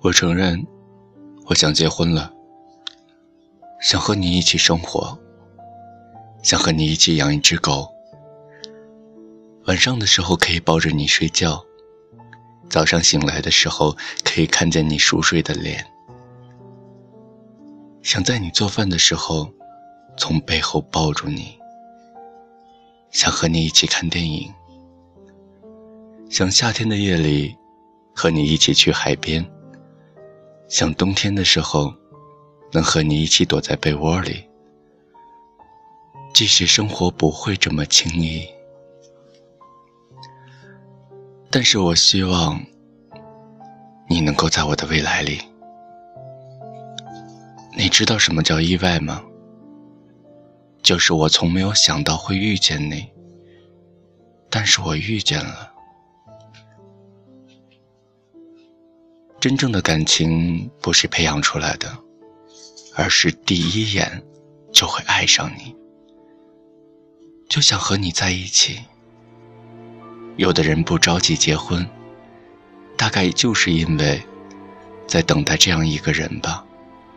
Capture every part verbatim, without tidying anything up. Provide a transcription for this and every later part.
我承认，我想结婚了，想和你一起生活，想和你一起养一只狗。晚上的时候可以抱着你睡觉，早上醒来的时候可以看见你熟睡的脸。想在你做饭的时候从背后抱住你，想和你一起看电影，想夏天的夜里和你一起去海边，想冬天的时候能和你一起躲在被窝里。即使生活不会这么轻易，但是我希望你能够在我的未来里。你知道什么叫意外吗？就是我从没有想到会遇见你，但是我遇见了。真正的感情不是培养出来的，而是第一眼就会爱上你，就想和你在一起。有的人不着急结婚，大概就是因为在等待这样一个人吧。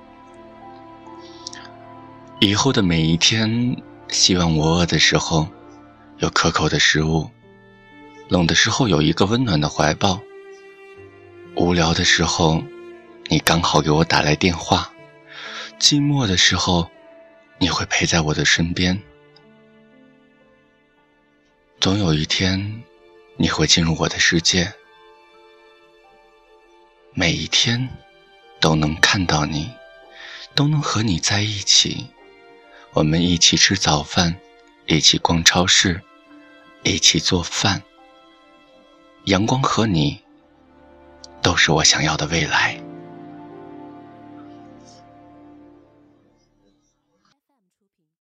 以后的每一天，希望我饿的时候有可口的食物，冷的时候有一个温暖的怀抱，无聊的时候你刚好给我打来电话，寂寞的时候你会陪在我的身边。总有一天你会进入我的世界，每一天都能看到你，都能和你在一起。我们一起吃早饭，一起逛超市，一起做饭。阳光和你都是我想要的未来。